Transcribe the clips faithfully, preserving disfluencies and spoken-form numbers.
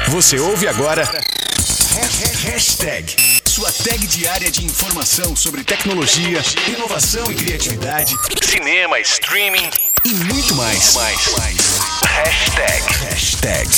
Você ouve agora Hashtag, sua tag diária de informação sobre tecnologia, inovação e criatividade, cinema, streaming e muito mais. Hashtag. Hashtag.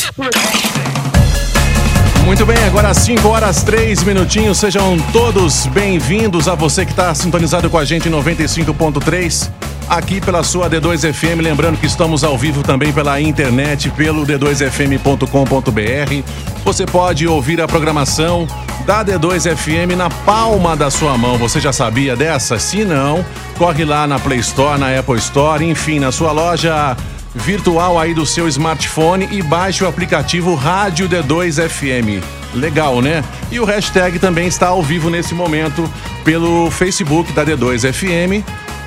Muito bem, agora cinco horas, três minutinhos. Sejam todos bem-vindos a você que está sintonizado com a gente em noventa e cinco ponto três, aqui pela sua D dois F M. Lembrando que estamos ao vivo também pela internet, pelo d dois f m ponto com ponto b r. Você pode ouvir a programação da D dois F M na palma da sua mão. Você já sabia dessa? Se não, corre lá na Play Store, na Apple Store, enfim, na sua loja virtual aí do seu smartphone e baixe o aplicativo Rádio D dois F M. Legal, né? E o hashtag também está ao vivo nesse momento pelo Facebook da D dois F M,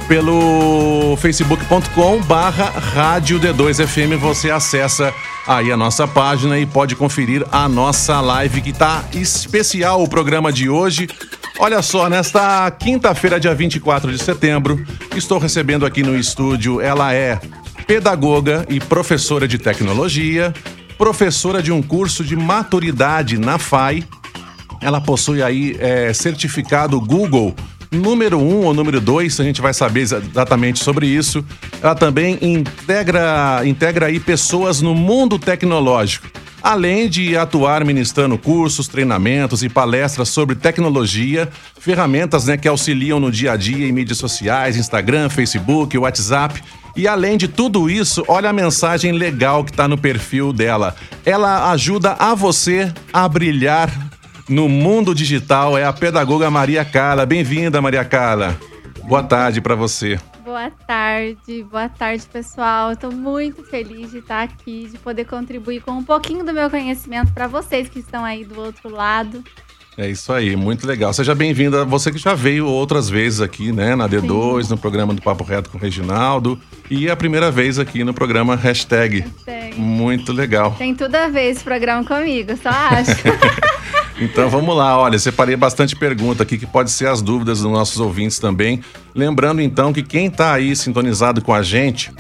pelo facebook ponto com barra rádio D dois F M. Você acessa aí a nossa página e pode conferir a nossa live, que tá especial o programa de hoje. Olha só, nesta quinta-feira, dia vinte e quatro de setembro, estou recebendo aqui no estúdio, ela é pedagoga e professora de tecnologia, professora de um curso de maturidade na F A I. Ela possui aí é, certificado Google número um ou número dois, a gente vai saber exatamente sobre isso. Ela também integra, integra aí pessoas no mundo tecnológico, além de atuar ministrando cursos, treinamentos e palestras sobre tecnologia, ferramentas, né, que auxiliam no dia a dia em mídias sociais, Instagram, Facebook, WhatsApp. E além de tudo isso, olha a mensagem legal que está no perfil dela. Ela ajuda a você a brilhar no mundo digital. É a pedagoga Maria Carla. Bem-vinda, Maria Carla. Boa tarde para você. Boa tarde, boa tarde, pessoal. Estou muito feliz de estar aqui, de poder contribuir com um pouquinho do meu conhecimento para vocês que estão aí do outro lado. É isso aí, muito legal. Seja bem-vinda, você que já veio outras vezes aqui, né, na D dois, Sim. no programa do Papo Reto com o Reginaldo, e a primeira vez aqui no programa Hashtag. Hashtag. Muito legal. Tem tudo a ver esse programa comigo, só acho. Então vamos lá, olha, separei bastante pergunta aqui que pode ser as dúvidas dos nossos ouvintes também. Lembrando então que quem está aí sintonizado com a gente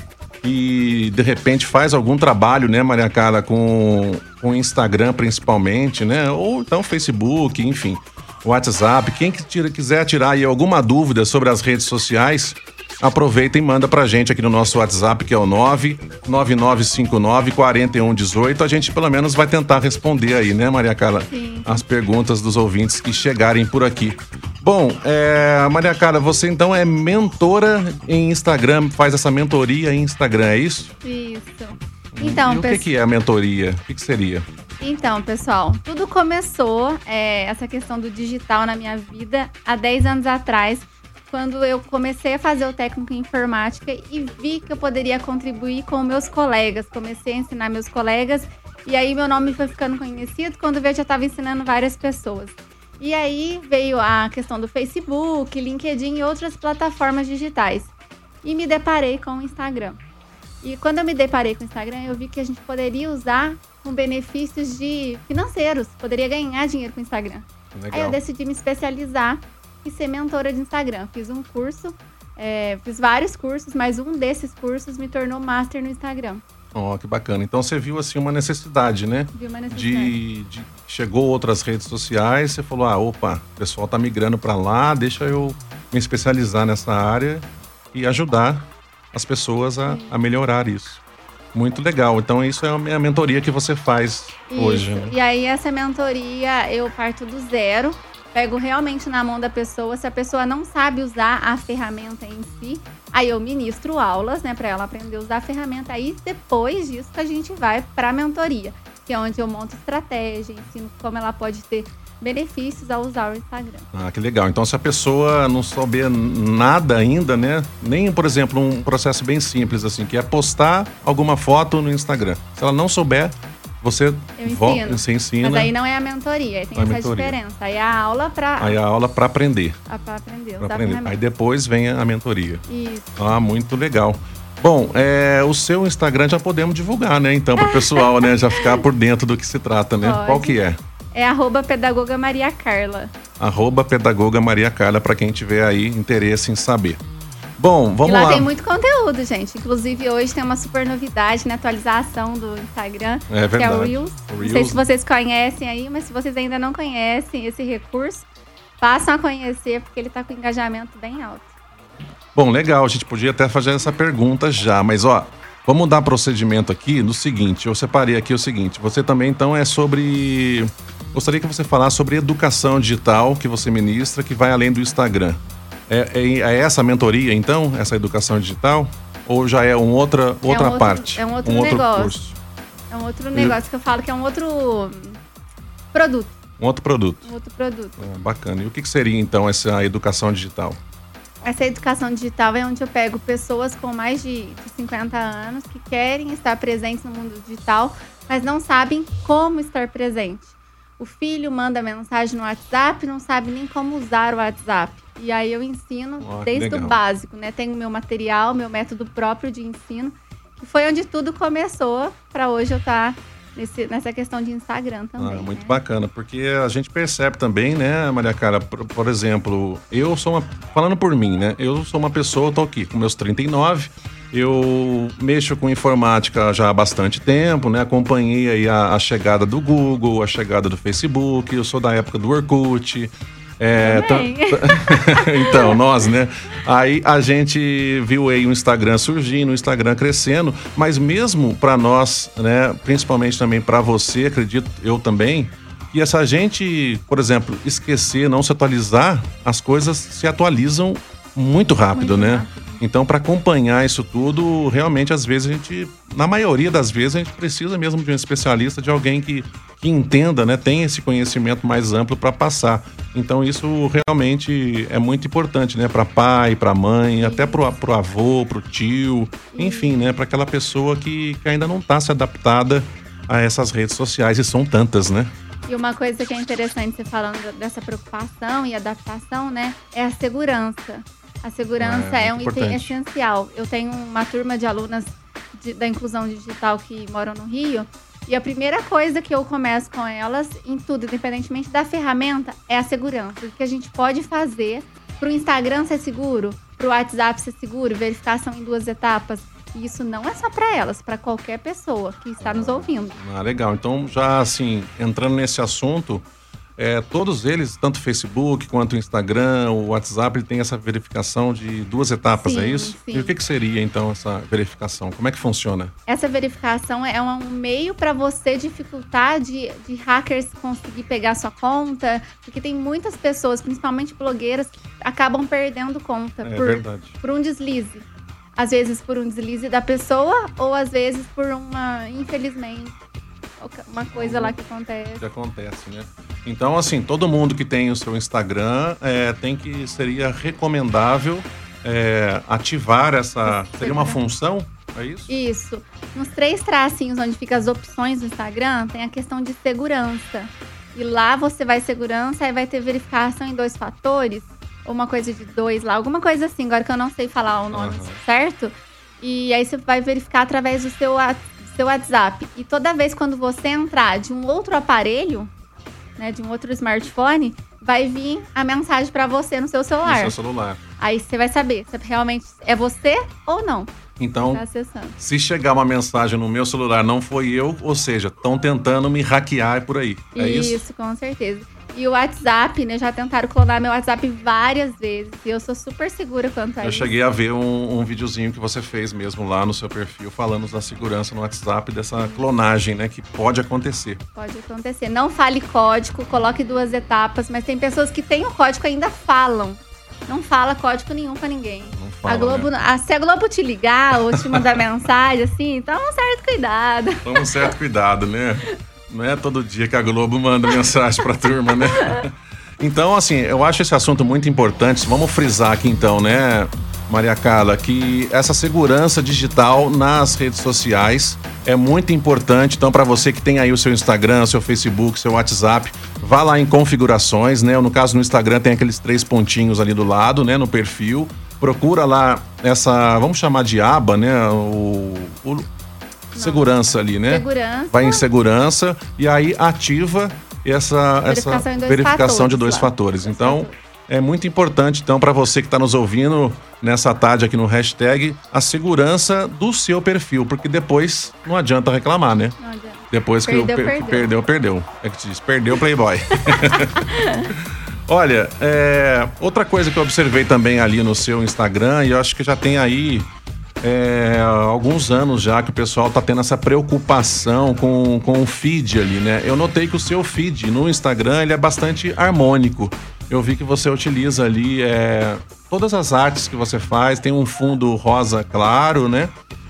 e de repente faz algum trabalho, né, Maria Carla, com o Instagram principalmente, né, ou então Facebook, enfim, WhatsApp, quem que tira, quiser tirar aí alguma dúvida sobre as redes sociais, aproveita e manda pra gente aqui no nosso WhatsApp, que é o nove nove nove cinco nove quatro um um oito. A gente pelo menos vai tentar responder aí, né, Maria Carla? Sim. As perguntas dos ouvintes que chegarem por aqui. Bom, é, Maria Carla, você então é mentora em Instagram, faz essa mentoria em Instagram, é isso? Isso. Então, e o que, que é a mentoria? O que, que seria? Então, pessoal, tudo começou, é, essa questão do digital na minha vida, há dez anos atrás, quando eu comecei a fazer o técnico em informática e vi que eu poderia contribuir com meus colegas. Comecei a ensinar meus colegas e aí meu nome foi ficando conhecido. Quando eu vi, eu já estava ensinando várias pessoas. E aí veio a questão do Facebook, LinkedIn e outras plataformas digitais. E me deparei com o Instagram. E quando eu me deparei com o Instagram, eu vi que a gente poderia usar com benefícios de financeiros. Poderia ganhar dinheiro com o Instagram. Legal. Aí eu decidi me especializar e ser mentora de Instagram. Fiz um curso, é, fiz vários cursos, mas um desses cursos me tornou master no Instagram. Ó, oh, que bacana. Então você viu assim uma necessidade, né? Vi uma necessidade. De, de chegou outras redes sociais, você falou, ah, opa, o pessoal tá migrando para lá, deixa eu me especializar nessa área e ajudar as pessoas a, a melhorar isso. Muito legal. Então isso é a mentoria que você faz isso. hoje, né? E aí essa mentoria eu parto do zero. Pego realmente na mão da pessoa. Se a pessoa não sabe usar a ferramenta em si, aí eu ministro aulas, né, para ela aprender a usar a ferramenta. Aí depois disso que a gente vai para a mentoria, que é onde eu monto estratégia, ensino como ela pode ter benefícios ao usar o Instagram. Ah, que legal. Então se a pessoa não souber nada ainda, né, nem, por exemplo, um processo bem simples assim, que é postar alguma foto no Instagram. Se ela não souber, Você, eu ensino, vo- você ensina. Mas aí não é a mentoria, aí tem a essa mentoria. diferença. Aí é a aula para... Aí a aula para aprender. Para aprender, pra aprender. Aí depois vem a mentoria. Isso. Ah, muito legal. Bom, é, o seu Instagram já podemos divulgar, né? Então, para o pessoal, né, já ficar por dentro do que se trata, né? Pode. Qual que é? É arroba pedagoga Maria Carla. Arroba pedagoga Maria Carla, para quem tiver aí interesse em saber. Bom, vamos lá. E lá lá. tem muito conteúdo, gente. Inclusive, hoje tem uma super novidade na atualização do Instagram, é que é o Reels. Reels. Não sei se vocês conhecem aí, mas se vocês ainda não conhecem esse recurso, passam a conhecer, porque ele tá com engajamento bem alto. Bom, legal. A gente podia até fazer essa pergunta já, mas ó, vamos dar procedimento aqui no seguinte. Eu separei aqui o seguinte. Você também, então, é sobre... Gostaria que você falasse sobre educação digital que você ministra, que vai além do Instagram. É, é, é essa a mentoria, então? Essa educação digital? Ou já é um outra, outra é um outro, parte? É um outro, um outro negócio. curso? É um outro negócio que eu falo que é um outro produto. Um outro produto. Um outro produto. É, bacana. E o que, que seria, então, essa educação digital? Essa educação digital é onde eu pego pessoas com mais de cinquenta anos que querem estar presentes no mundo digital, mas não sabem como estar presente. O filho manda mensagem no WhatsApp, não sabe nem como usar o WhatsApp. E aí eu ensino oh, desde legal. o básico, né? Tenho meu material, meu método próprio de ensino, que foi onde tudo começou para hoje eu estar nesse, nessa questão de Instagram também. Ah, muito né? bacana, porque a gente percebe também, né, Maria Cara, por, por exemplo, eu sou uma, falando por mim, né? Eu sou uma pessoa, eu tô aqui com meus trinta e nove, eu mexo com informática já há bastante tempo, né? Acompanhei aí a, a chegada do Google, a chegada do Facebook, eu sou da época do Orkut. É, tá, tá, então, nós, né? Aí a gente viu aí o Instagram surgindo, o Instagram crescendo, mas mesmo para nós, né? Principalmente também para você, acredito eu também, que essa gente, por exemplo, esquecer, não se atualizar, as coisas se atualizam muito rápido, muito né? Rápido. Então, para acompanhar isso tudo, realmente, às vezes, a gente, na maioria das vezes, a gente precisa mesmo de um especialista, de alguém que, que entenda, né? Tem esse conhecimento mais amplo para passar. Então, isso realmente é muito importante, né? Para pai, para mãe, até para o avô, para o tio, enfim, né? Para aquela pessoa que, que ainda não está se adaptada a essas redes sociais, e são tantas, né? E uma coisa que é interessante você falando dessa preocupação e adaptação, né? É a segurança. A segurança é, é um importante. Item essencial. Eu tenho uma turma de alunas de, da inclusão digital que moram no Rio, e a primeira coisa que eu começo com elas, em tudo, independentemente da ferramenta, é a segurança. O que a gente pode fazer para o Instagram ser seguro, para o WhatsApp ser seguro, verificação em duas etapas. E isso não é só para elas, para qualquer pessoa que está nos ouvindo. Ah, legal. Então, já assim, entrando nesse assunto, é, todos eles, tanto o Facebook quanto o Instagram, o WhatsApp, ele tem essa verificação de duas etapas, sim, é isso? Sim. E o que, que seria, então, essa verificação? Como é que funciona? Essa verificação é um meio para você dificultar de, de hackers conseguir pegar sua conta, porque tem muitas pessoas, principalmente blogueiras, que acabam perdendo conta é por, verdade. por um deslize. Às vezes por um deslize da pessoa, ou às vezes por uma, infelizmente, uma coisa lá que acontece. Que acontece, né? Então, assim, todo mundo que tem o seu Instagram é, tem que, seria recomendável é, ativar essa, isso, seria uma função, é isso? Isso. Nos três tracinhos onde ficam as opções do Instagram, tem a questão de segurança. E lá você vai segurança, aí vai ter verificação em dois fatores, ou uma coisa de dois lá, alguma coisa assim, agora que eu não sei falar o nome, uhum. certo? E aí você vai verificar através do seu, seu WhatsApp. E toda vez quando você entrar de um outro aparelho, né, de um outro smartphone, vai vir a mensagem para você no seu celular. No seu celular. Aí você vai saber se realmente é você ou não. Então, tá se chegar uma mensagem no meu celular, não foi eu, ou seja, estão tentando me hackear por aí. É isso? Isso, com certeza. E o WhatsApp, né? Já tentaram clonar meu WhatsApp várias vezes. E eu sou super segura quanto a eu isso. Eu cheguei a ver um, um videozinho que você fez mesmo lá no seu perfil, falando da segurança no WhatsApp, dessa clonagem, né? Que pode acontecer. Pode acontecer. Não fale código, coloque duas etapas. Mas tem pessoas que têm o código e ainda falam. Não fala código nenhum pra ninguém. Não fala, a Globo, né? a, se a Globo te ligar ou te mandar mensagem, assim, toma um certo cuidado. Toma um certo cuidado, né? Não é todo dia que a Globo manda mensagem pra turma, né? Então, assim, eu acho esse assunto muito importante. Vamos frisar aqui, então, né, Maria Carla, que essa segurança digital nas redes sociais é muito importante. Então, para você que tem aí o seu Instagram, seu Facebook, seu WhatsApp, vá lá em configurações, né? No caso, no Instagram tem aqueles três pontinhos ali do lado, né, no perfil. Procura lá essa, vamos chamar de aba, né? O... o segurança ali, né? Segurança. Vai em segurança e aí ativa essa, verificação, essa verificação fatores, de dois lá. fatores. Então, É muito importante, então, para você que está nos ouvindo nessa tarde aqui no hashtag, a segurança do seu perfil, porque depois não adianta reclamar, né? Não adianta. Depois que Perdeu, per- perdeu. perdeu, perdeu. É que diz, perdeu o Playboy. Olha, é, outra coisa que eu observei também ali no seu Instagram, e eu acho que já tem aí é, alguns anos já que o pessoal tá tendo essa preocupação com, com o feed ali, né? Eu notei que o seu feed no Instagram, ele é bastante harmônico. Eu vi que você utiliza ali é, todas as artes que você faz, tem um fundo rosa claro, né?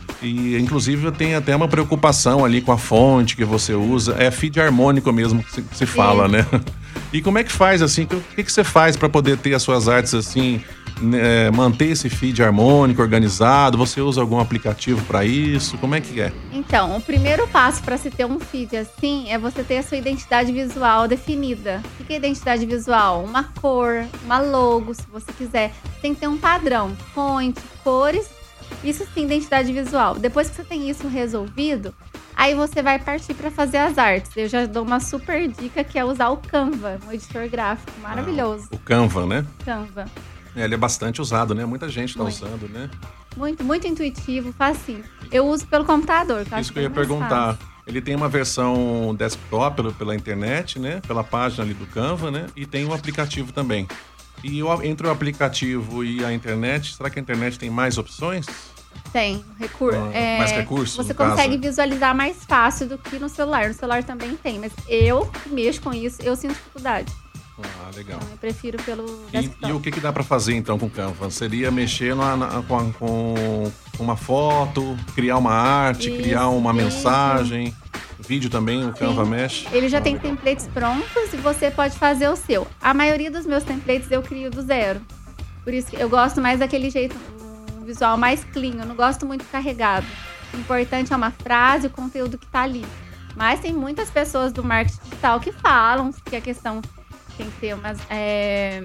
E inclusive tem até uma preocupação ali com a fonte que você usa. É feed harmônico mesmo que se, que se fala, Sim. né? E como é que faz assim? O que, que você faz para poder ter as suas artes assim, né, manter esse feed harmônico, organizado? Você usa algum aplicativo para isso? Como é que é? Então, o primeiro passo para se ter um feed assim é você ter a sua identidade visual definida. O que é identidade visual? Uma cor, uma logo, se você quiser. Tem que ter um padrão, fonte, cores. Isso sim, identidade visual. Depois que você tem isso resolvido, aí você vai partir para fazer as artes. Eu já dou uma super dica que é usar o Canva, um editor gráfico maravilhoso. Ah, o Canva, né? Canva. É, ele é bastante usado, né? Muita gente tá Muito. usando, né? Muito, muito intuitivo, facinho. Eu uso pelo computador. Que eu Isso acho que eu ia bem mais perguntar. fácil. Ele tem uma versão desktop pela, pela internet, né? Pela página ali do Canva, né? E tem um aplicativo também. E o- entre o aplicativo e a internet, será que a internet tem mais opções? Tem, recurso. Ah, mais recursos, Você no caso? consegue visualizar mais fácil do que no celular. No celular também tem, mas eu que mexo com isso, eu sinto dificuldade. Ah, legal. Então eu prefiro pelo E, desktop. e o que, que dá pra fazer então com o Canva? Seria mexer na- na- com, a- com uma foto, criar uma arte, Isso, criar uma vídeo. mensagem, vídeo também, o Canva Sim. mexe? Ele já Ah, tem legal. templates prontos e você pode fazer o seu. A maioria dos meus templates eu crio do zero. Por isso que eu gosto mais daquele jeito, um visual mais clean. Eu não gosto muito carregado. O importante é uma frase, o conteúdo que tá ali. Mas tem muitas pessoas do marketing digital que falam que a questão tem que ter umas... é,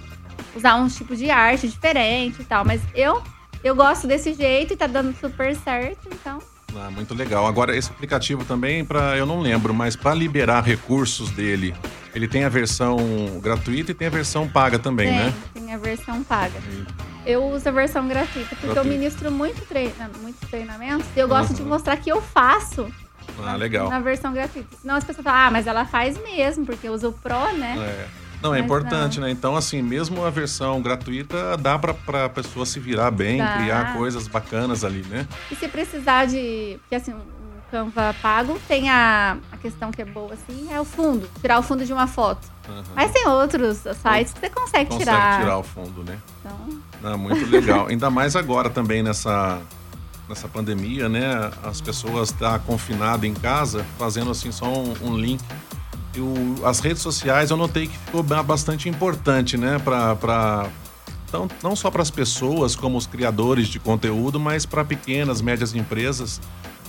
usar um tipo de arte diferente e tal. Mas eu, eu gosto desse jeito e tá dando super certo, então... Ah, muito legal. Agora, esse aplicativo também, pra, eu não lembro, mas para liberar recursos dele, ele tem a versão gratuita e tem a versão paga também, tem, né? tem a versão paga. Eu uso a versão gratuita, porque Gratuita. eu ministro muito treina, muitos treinamentos e eu gosto Uhum. de mostrar que eu faço Ah, na, legal. na versão gratuita. Senão as pessoas falam, ah, mas ela faz mesmo, porque eu uso o Pro, né? É. Não, é Mas importante, não. né? Então, assim, mesmo a versão gratuita, dá pra, pra pessoa se virar bem, Dá. criar coisas bacanas ali, né? E se precisar de... Porque assim, o Canva pago tem a, a questão que é boa, assim, é o fundo. Tirar o fundo de uma foto. Uhum. Mas tem outros sites que você consegue, Consegue tirar. tirar o fundo, né? Então, Ah, muito legal. Ainda mais agora também nessa, nessa pandemia, né? As pessoas estão confinadas em casa, fazendo assim só um, um link. E o, as redes sociais eu notei que ficou ba- bastante importante, né? Pra, pra, então, não só para as pessoas, como os criadores de conteúdo, mas para pequenas, médias empresas.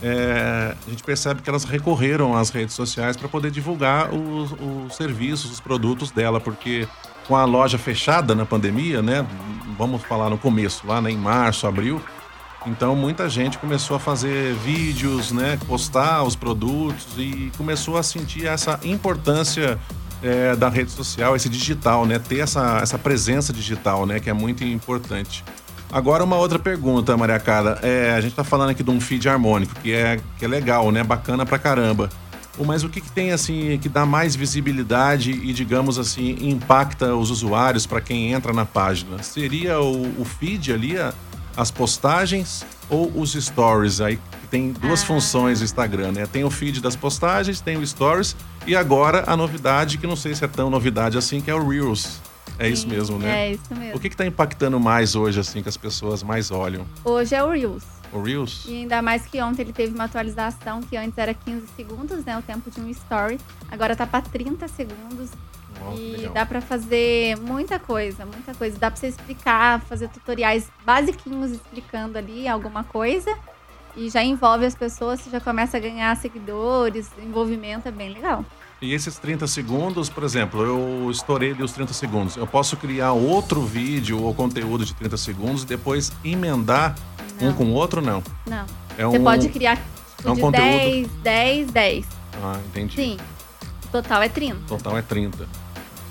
É, a gente percebe que elas recorreram às redes sociais para poder divulgar os, os serviços, os produtos dela, porque com a loja fechada na pandemia, né? Vamos falar no começo, lá né, em março, abril. Então muita gente começou a fazer vídeos, né? Postar os produtos e começou a sentir essa importância é, da rede social, esse digital, né? Ter essa, essa presença digital, né? Que é muito importante. Agora uma outra pergunta, Maria Cara. É, a gente tá falando aqui de um feed harmônico, que é, que é legal, né? Bacana pra caramba. Mas o que, que tem, assim, que dá mais visibilidade e, digamos assim, impacta os usuários para quem entra na página? Seria o, o feed ali, a, as postagens ou os stories? Aí tem duas Ah. funções no Instagram, né? Tem o feed das postagens, tem o stories e agora a novidade, que não sei se é tão novidade assim, que é o Reels. É isso sim, mesmo, né? É isso mesmo. O que que tá impactando mais hoje, assim, que as pessoas mais olham? Hoje é o Reels. O Reels? E ainda mais que ontem ele teve uma atualização que antes era quinze segundos, né? O tempo de um story. Agora tá pra trinta segundos. Ó, e legal. dá pra fazer muita coisa, muita coisa. Dá pra você explicar, fazer tutoriais basiquinhos explicando ali alguma coisa. E já envolve as pessoas, você já começa a ganhar seguidores, envolvimento é bem legal. E esses trinta segundos, por exemplo, eu estourei ali os trinta segundos. Eu posso criar outro vídeo ou conteúdo de trinta segundos e depois emendar um Não. com o outro, não? Não. É Você um... pode criar tipo, é um de conteúdo- dez, dez, dez. Ah, entendi. Sim. O total é trinta. O total é trinta.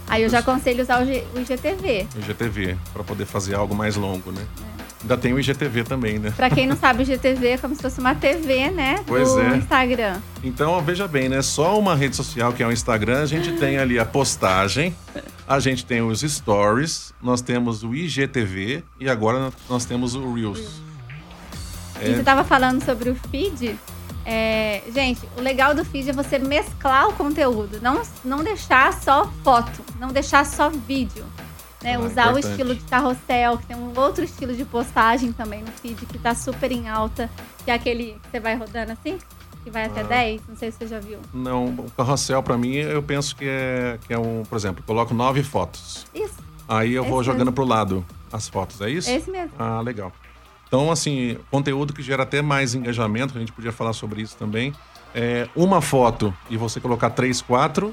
Aí eu já aconselho usar o, G, o I G T V. O I G T V, para poder fazer algo mais longo, né? É. Ainda tem o I G T V também, né? Pra quem não sabe, o I G T V é como se fosse uma T V, né? Pois do é. Instagram. Então, veja bem, né? Só uma rede social, que é o Instagram, a gente tem ali a postagem, a gente tem os stories, nós temos o I G T V e agora nós temos o Reels. É... E você tava falando sobre o feed... É, gente, o legal do feed é você mesclar o conteúdo, não, não deixar só foto, não deixar só vídeo, né? Ah, usar importante. O estilo de carrossel, que tem um outro estilo de postagem também no feed, que tá super em alta, que é aquele que você vai rodando assim, que vai até ah. dez, não sei se você já viu. Não, o carrossel pra mim, eu penso que é, que é um, por exemplo, eu coloco nove fotos. Isso. Aí eu Esse vou jogando mesmo. pro lado as fotos, é isso? Esse mesmo. Ah, legal. Então, assim, conteúdo que gera até mais engajamento, a gente podia falar sobre isso também. É, uma foto e você colocar três, quatro,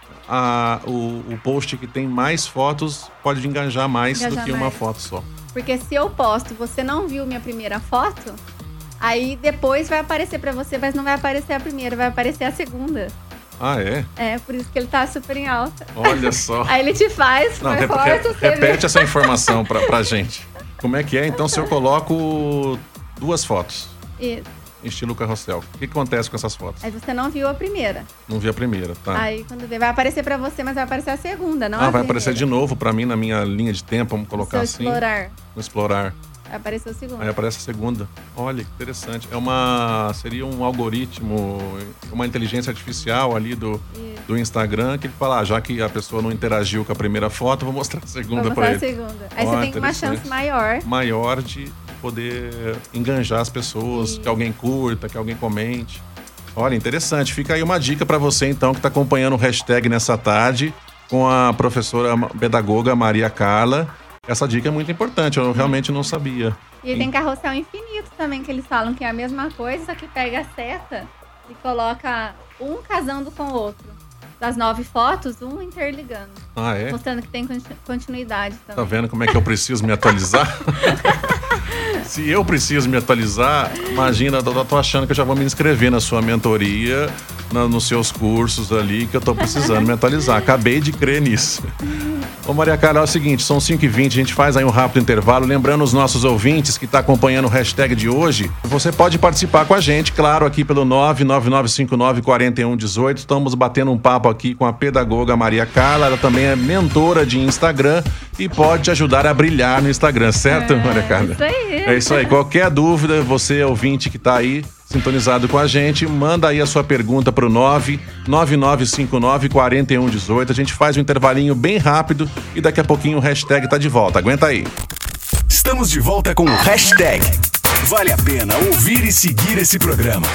a, o, o post que tem mais fotos pode engajar mais engajar do que mais. uma foto só. Porque se eu posto, você não viu minha primeira foto, aí depois vai aparecer pra você, mas não vai aparecer a primeira, vai aparecer a segunda. Ah, é? É, por isso que ele tá super em alta. Olha só. Aí ele te faz, não, rep, forte, rep, repete essa informação pra, pra gente. Como é que é? Então, se eu coloco duas fotos. Isso. Estilo carrossel. O que, que acontece com essas fotos? Aí você não viu a primeira. Não vi a primeira, tá. Aí quando vê, vai aparecer pra você, mas vai aparecer a segunda, não ah, a vai primeira. aparecer de novo pra mim na minha linha de tempo, vamos colocar no assim. explorar. No explorar. Vai aparecer a segunda. Aí aparece a segunda. Olha, que interessante. É uma... Seria um algoritmo, uma inteligência artificial ali do, do Instagram, que ele fala, ah, já que a pessoa não interagiu com a primeira foto, vou mostrar a segunda pra ele. Vou mostrar a segunda. Aí oh, você tem uma chance maior. Maior de poder enganjar as pessoas, e... que alguém curta, que alguém comente. Olha, interessante. Fica aí uma dica pra você, então, que tá acompanhando o hashtag nessa tarde com a professora pedagoga Maria Carla. Essa dica é muito importante, eu realmente não sabia. E tem carrossel infinito também, que eles falam que é a mesma coisa, só que pega a seta e coloca um casando com o outro. Das nove fotos, um interligando. Ah, é? Mostrando que tem continuidade também. Tá vendo como é que eu preciso me atualizar? Se eu preciso me atualizar, imagina, eu tô achando que eu já vou me inscrever na sua mentoria, na, nos seus cursos ali, que eu tô precisando me atualizar. Acabei de crer nisso. Ô Maria Carla, é o seguinte, são cinco e vinte, a gente faz aí um rápido intervalo. Lembrando os nossos ouvintes que tá acompanhando o hashtag de hoje, você pode participar com a gente, claro, aqui pelo nove nove nove cinco nove quatro um um oito. Estamos batendo um papo aqui com a pedagoga Maria Carla, ela também é mentora de Instagram e pode te ajudar a brilhar no Instagram, certo, é, Maria Carla? Isso aí. É isso aí. Qualquer dúvida, você ouvinte que tá aí sintonizado com a gente, manda aí a sua pergunta pro nove nove nove cinco nove quatro um um oito. A gente faz um intervalinho bem rápido e daqui a pouquinho o hashtag tá de volta. Aguenta aí. Estamos de volta com o hashtag. Vale a pena ouvir e seguir esse programa.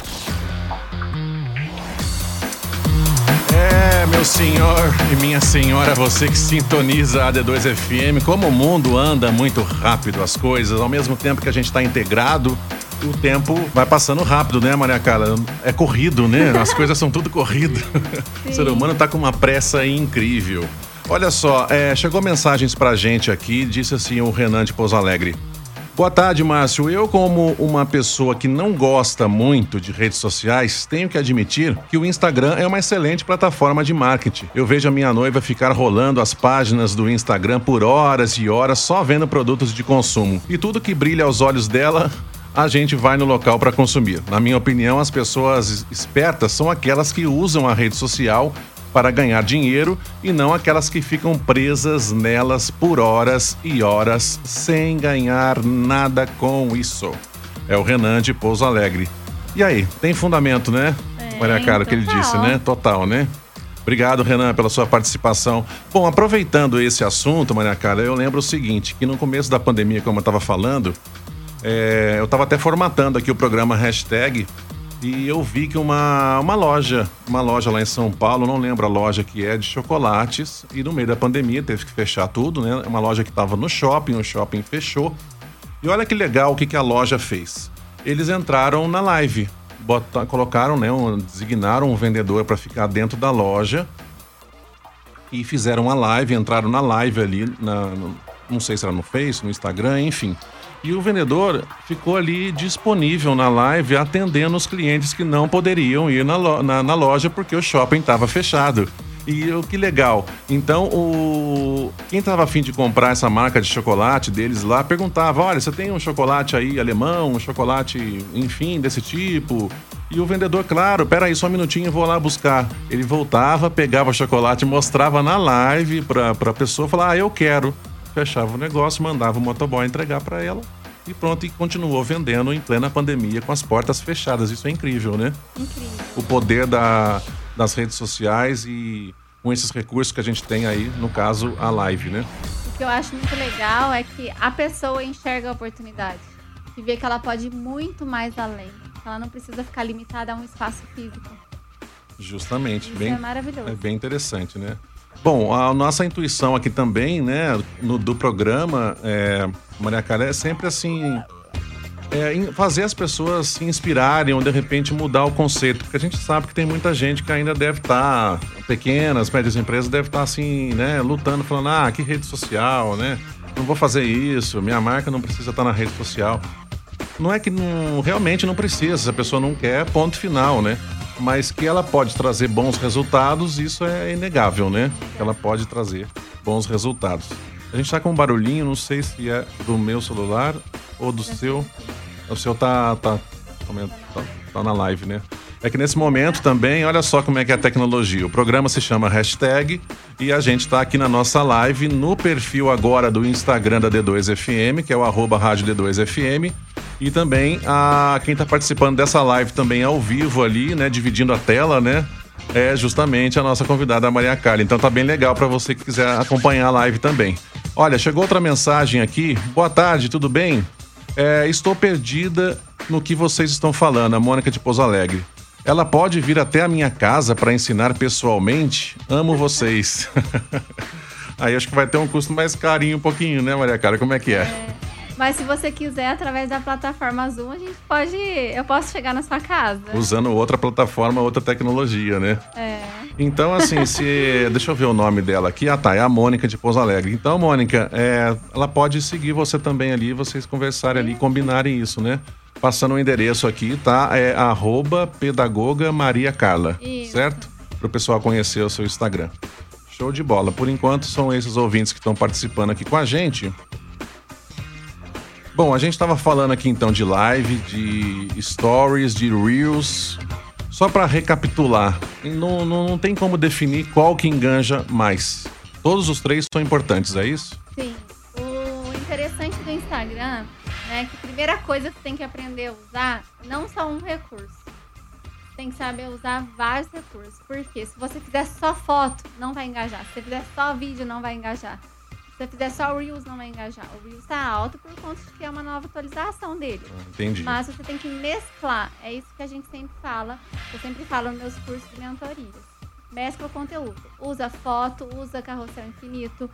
É, meu senhor e minha senhora, você que sintoniza a D dois F M, como o mundo anda muito rápido as coisas, ao mesmo tempo que a gente tá integrado, o tempo vai passando rápido, né, Maria Carla? É corrido, né? As coisas são tudo corrido. O ser humano tá com uma pressa incrível. Olha só, é, chegou mensagens pra gente aqui, disse assim o Renan de Pouso Alegre. Boa tarde, Márcio. Eu, como uma pessoa que não gosta muito de redes sociais, tenho que admitir que o Instagram é uma excelente plataforma de marketing. Eu vejo a minha noiva ficar rolando as páginas do Instagram por horas e horas só vendo produtos de consumo. E tudo que brilha aos olhos dela, a gente vai no local para consumir. Na minha opinião, as pessoas espertas são aquelas que usam a rede social para ganhar dinheiro e não aquelas que ficam presas nelas por horas e horas sem ganhar nada com isso. É o Renan de Pouso Alegre. E aí, tem fundamento, né? É, Maria Carla, o que ele disse, né? Total, né? Obrigado, Renan, pela sua participação. Bom, aproveitando esse assunto, Maria Carla, eu lembro o seguinte, que no começo da pandemia, como eu estava falando, é, eu estava até formatando aqui o programa hashtag e eu vi que uma, uma loja, uma loja lá em São Paulo, não lembro a loja que é, de chocolates, e no meio da pandemia teve que fechar tudo, né? Uma loja que estava no shopping, o shopping fechou. E olha que legal o que, que a loja fez. Eles entraram na live, botaram, colocaram, né, um, designaram um vendedor para ficar dentro da loja e fizeram uma live, entraram na live ali, na, no, não sei se era no Face, no Instagram, enfim. E o vendedor ficou ali disponível na live atendendo os clientes que não poderiam ir na, lo- na, na loja porque o shopping estava fechado. E o que legal. Então, o... quem estava a fim de comprar essa marca de chocolate deles lá, perguntava, olha, você tem um chocolate aí alemão, um chocolate, enfim, desse tipo? E o vendedor, claro, peraí, só um minutinho, eu vou lá buscar. Ele voltava, pegava o chocolate, mostrava na live pra, pra pessoa, falava, ah, eu quero. Fechava o negócio, mandava o motoboy entregar pra ela e pronto, e continuou vendendo em plena pandemia com as portas fechadas. Isso é incrível, né? Incrível. O poder da... das redes sociais e com esses recursos que a gente tem aí, no caso, a live, né? O que eu acho muito legal é que a pessoa enxerga a oportunidade e vê que ela pode ir muito mais além. Ela não precisa ficar limitada a um espaço físico. Justamente. Isso bem, é maravilhoso. É bem interessante, né? Bom, a nossa intuição aqui também, né, no, do programa, é, Maria Carla, é sempre assim... É, fazer as pessoas se inspirarem ou de repente mudar o conceito, porque a gente sabe que tem muita gente que ainda deve estar, tá, pequenas, médias empresas, deve estar tá, assim, né, lutando, falando, ah, que rede social, né, não vou fazer isso, minha marca não precisa estar tá na rede social. Não é que não, realmente não precisa, se a pessoa não quer, ponto final, né, mas que ela pode trazer bons resultados, isso é inegável, né, que ela pode trazer bons resultados. A gente tá com um barulhinho, não sei se é do meu celular ou do seu. O seu tá, tá, tá, tá na live, né? É que nesse momento também, olha só como é que é a tecnologia. O programa se chama Hashtag e a gente tá aqui na nossa live, no perfil agora do Instagram da D dois F M, que é o arroba rádio D dois F M. E também a, quem tá participando dessa live também ao vivo ali, né? Dividindo a tela, né? É justamente a nossa convidada, a Maria Carla. Então tá bem legal para você que quiser acompanhar a live também. Olha, chegou outra mensagem aqui. Boa tarde, tudo bem? É, estou perdida no que vocês estão falando, a Mônica de Pouso Alegre. Ela pode vir até a minha casa para ensinar pessoalmente? Amo vocês. Aí acho que vai ter um custo mais carinho um pouquinho, né, Maria Carla? Como é que é? é? Mas se você quiser, através da plataforma Zoom, a gente pode... Eu posso chegar na sua casa. Usando outra plataforma, outra tecnologia, né? É. Então, assim, se... Deixa eu ver o nome dela aqui. Ah, tá. É a Mônica de Pouso Alegre. Então, Mônica, é... ela pode seguir você também ali, vocês conversarem ali, combinarem isso, né? Passando o endereço aqui, tá? É arroba pedagoga Maria Carla. Isso. Certo? Para o pessoal conhecer o seu Instagram. Show de bola. Por enquanto, são esses ouvintes que estão participando aqui com a gente. Bom, a gente estava falando aqui então de live, de stories, de reels. Só para recapitular, não, não, não tem como definir qual que enganja mais. Todos os três são importantes, é isso? Sim. O interessante do Instagram é que a primeira coisa que você tem que aprender a usar, não só um recurso. Você tem que saber usar vários recursos. Porque se você fizer só foto, não vai engajar. Se você fizer só vídeo, não vai engajar. Se você fizer só o Reels, não vai engajar. O Reels tá alto por conta de que é uma nova atualização dele. Entendi. Mas você tem que mesclar. É isso que a gente sempre fala. Eu sempre falo nos meus cursos de mentorias. Mescla o conteúdo. Usa foto, usa carrossel infinito,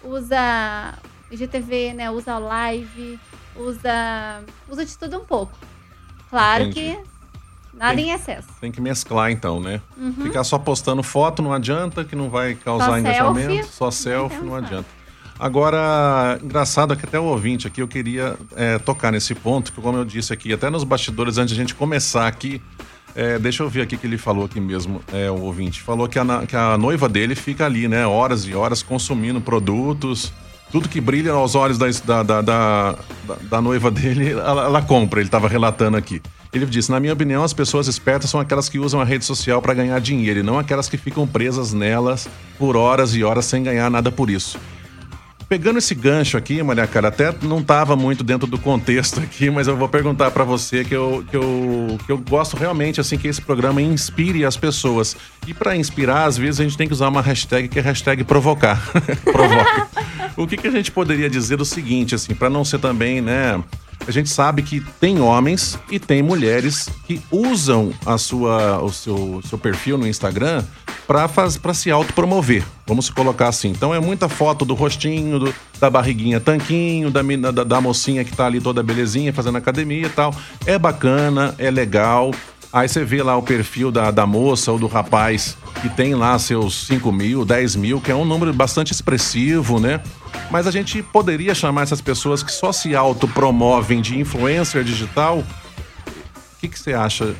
usa I G T V, né? Usa live, usa... Usa de tudo um pouco. Claro Entendi. que nada tem, em excesso. Tem que mesclar então, né? Uhum. Ficar só postando foto não adianta, que não vai causar só engajamento. Selfie, só selfie não adianta. Agora, engraçado que até o ouvinte aqui, eu queria é, tocar nesse ponto, que como eu disse aqui, até nos bastidores, antes de a gente começar aqui, é, deixa eu ver aqui que ele falou aqui mesmo, é, o ouvinte. Falou que a, que a noiva dele fica ali, né, horas e horas consumindo produtos, tudo que brilha aos olhos da, da, da, da, da noiva dele, ela, ela compra, ele estava relatando aqui. Ele disse, na minha opinião, as pessoas espertas são aquelas que usam a rede social para ganhar dinheiro, e não aquelas que ficam presas nelas por horas e horas sem ganhar nada por isso. Pegando esse gancho aqui, Maria Carla, até não estava muito dentro do contexto aqui, mas eu vou perguntar para você que eu, que, eu, que eu gosto realmente assim que esse programa inspire as pessoas. E para inspirar, às vezes a gente tem que usar uma hashtag que é hashtag provocar. Provoca. O que, que a gente poderia dizer do seguinte, assim, para não ser também, né... A gente sabe que tem homens e tem mulheres que usam a sua, o seu, seu perfil no Instagram para se autopromover, vamos colocar assim. Então é muita foto do rostinho, do, da barriguinha tanquinho, da, da, da mocinha que tá ali toda belezinha fazendo academia e tal. É bacana, é legal. Aí você vê lá o perfil da, da moça ou do rapaz que tem lá seus cinco mil, dez mil, que é um número bastante expressivo, né? Mas a gente poderia chamar essas pessoas que só se autopromovem de influencer digital? O que, que você acha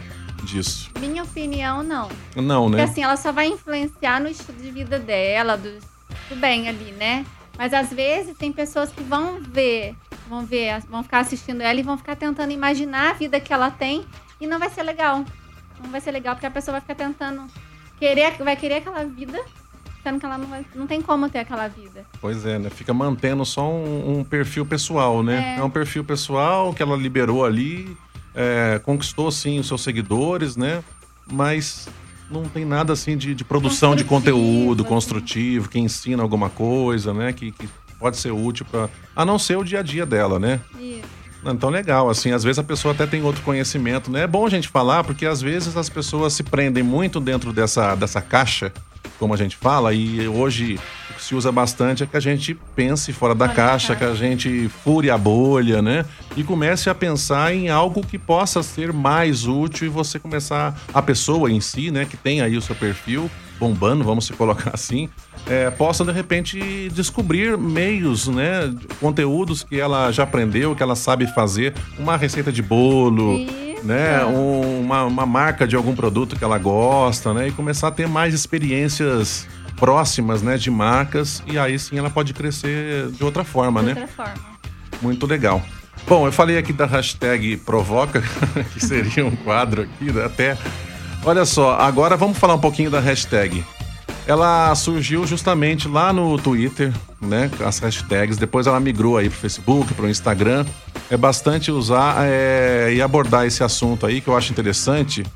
disso? Minha opinião, não. Não, né? Porque assim, ela só vai influenciar no estilo de vida dela, do, do bem ali, né? Mas às vezes tem pessoas que vão ver, vão ver, vão ficar assistindo ela e vão ficar tentando imaginar a vida que ela tem e não vai ser legal. Não vai ser legal porque a pessoa vai ficar tentando querer, vai querer aquela vida, sendo que ela não, vai, não tem como ter aquela vida. Pois é, né? Fica mantendo só um, um perfil pessoal, né? É. é um perfil pessoal que ela liberou ali, é, conquistou, sim, os seus seguidores, né? Mas não tem nada, assim, de, de produção de conteúdo assim. construtivo, que ensina alguma coisa, né? Que, que pode ser útil para, a não ser o dia a dia dela, né? Isso. Então, legal, assim, às vezes a pessoa até tem outro conhecimento, né? É bom a gente falar, porque às vezes as pessoas se prendem muito dentro dessa, dessa caixa, como a gente fala, e hoje o que se usa bastante é que a gente pense fora da caixa, que a gente fure a bolha, né? E comece a pensar em algo que possa ser mais útil e você começar, a pessoa em si, né, que tem aí o seu perfil bombando, vamos se colocar assim, é, possa de repente descobrir meios, né, conteúdos que ela já aprendeu, que ela sabe fazer, uma receita de bolo, Isso. né, um, uma, uma marca de algum produto que ela gosta, né, e começar a ter mais experiências próximas, né, de marcas, e aí sim ela pode crescer de outra forma, de né? outra forma. Muito legal. Bom, eu falei aqui da hashtag Provoca, que seria um quadro aqui, né, até... Olha só, agora vamos falar um pouquinho da hashtag. Ela surgiu justamente lá no Twitter, né? As hashtags. Depois ela migrou aí pro Facebook, pro Instagram. É bastante usar é, e abordar esse assunto aí que eu acho interessante.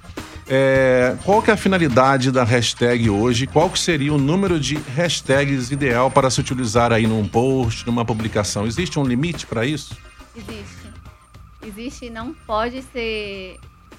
É, qual que é a finalidade da hashtag hoje? Qual que seria o número de hashtags ideal para se utilizar aí num post, numa publicação? Existe um limite para isso? Existe. Existe e não pode ser...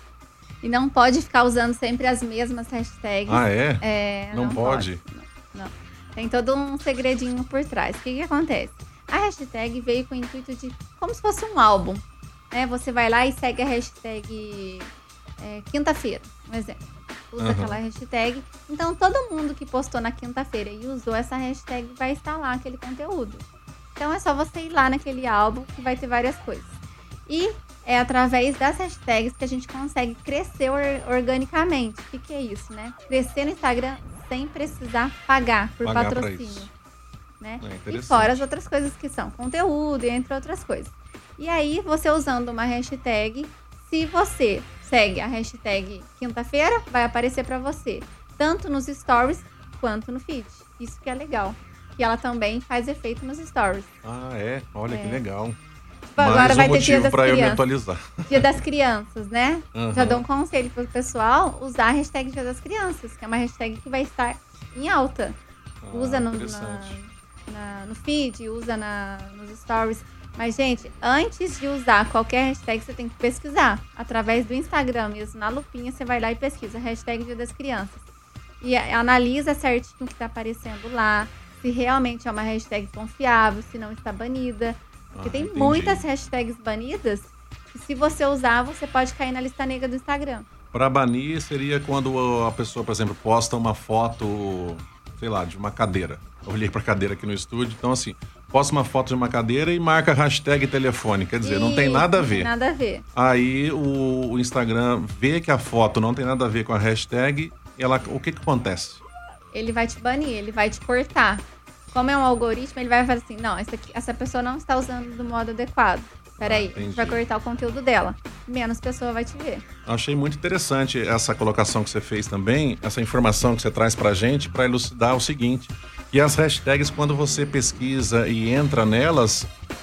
E não pode ficar usando sempre as mesmas hashtags. Ah, é? é não, não pode? pode. Não, não. Tem todo um segredinho por trás. O que que acontece? A hashtag veio com o intuito de... Como se fosse um álbum. Né? Você vai lá e segue a hashtag é, quinta-feira, um exemplo. Usa uhum. aquela hashtag. Então, todo mundo que postou na quinta-feira e usou essa hashtag vai estar lá aquele conteúdo. Então, é só você ir lá naquele álbum que vai ter várias coisas. E... é através das hashtags que a gente consegue crescer or- organicamente. O que, que é isso, né? Crescer no Instagram sem precisar pagar por pagar patrocínio. Né? É e fora as outras coisas que são conteúdo, entre outras coisas. E aí, você usando uma hashtag, se você segue a hashtag quinta-feira, vai aparecer para você, tanto nos stories quanto no feed. Isso que é legal. Que ela também faz efeito nos stories. Ah, é? Olha é. que legal. Agora Mais vai um ter dia das pra crianças. Eu me atualizar. Dia das crianças, né? Uhum. Já dou um conselho pro pessoal usar a hashtag Dia das Crianças, que é uma hashtag que vai estar em alta. Ah, usa no, na, na, no feed, usa na, nos stories. Mas, gente, antes de usar qualquer hashtag, você tem que pesquisar. Através do Instagram mesmo, na lupinha, você vai lá e pesquisa hashtag Dia das Crianças. E analisa certinho o que está aparecendo lá, se realmente é uma hashtag confiável, se não está banida. Porque ah, tem entendi. muitas hashtags banidas que, se você usar, você pode cair na lista negra do Instagram. Para banir seria quando a pessoa, por exemplo, posta uma foto, sei lá, de uma cadeira. Eu olhei para a cadeira aqui no estúdio, então assim, posta uma foto de uma cadeira e marca hashtag telefone. Quer dizer, Isso, não tem nada a ver. Não tem nada a ver. Aí o, o Instagram vê que a foto não tem nada a ver com a hashtag, ela, o que que acontece? Ele vai te banir, ele vai te cortar. Como é um algoritmo, ele vai fazer assim, não, essa, aqui, essa pessoa não está usando do modo adequado. Peraí, ah, a gente vai cortar o conteúdo dela. Menos pessoa vai te ver. Achei muito interessante essa colocação que você fez também, essa informação que você traz pra gente, para elucidar o seguinte, que as hashtags, quando você pesquisa e entra nelas,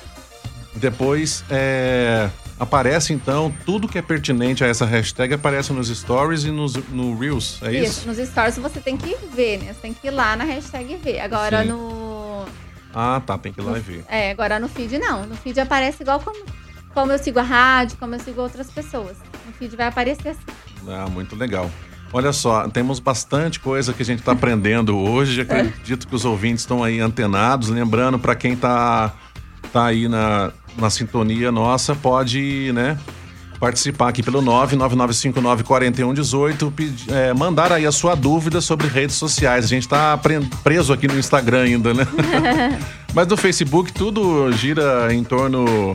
depois é, aparece então tudo que é pertinente a essa hashtag, aparece nos stories e nos, no Reels, é isso? Isso, nos stories você tem que ver, né? Você tem que ir lá na hashtag e ver. Agora Sim. no... Ah, tá, tem que ir lá no, e ver. É, agora no feed não. No feed aparece igual como, como eu sigo a rádio, como eu sigo outras pessoas. No feed vai aparecer assim. Ah, muito legal. Olha só, temos bastante coisa que a gente está aprendendo hoje. Acredito que os ouvintes estão aí antenados. Lembrando, para quem tá, tá aí na, na sintonia nossa, pode, né, participar aqui pelo nove nove nove cinco nove quatro um um oito, é, mandar aí a sua dúvida sobre redes sociais. A gente tá preso aqui no Instagram ainda, né? Mas no Facebook tudo gira em torno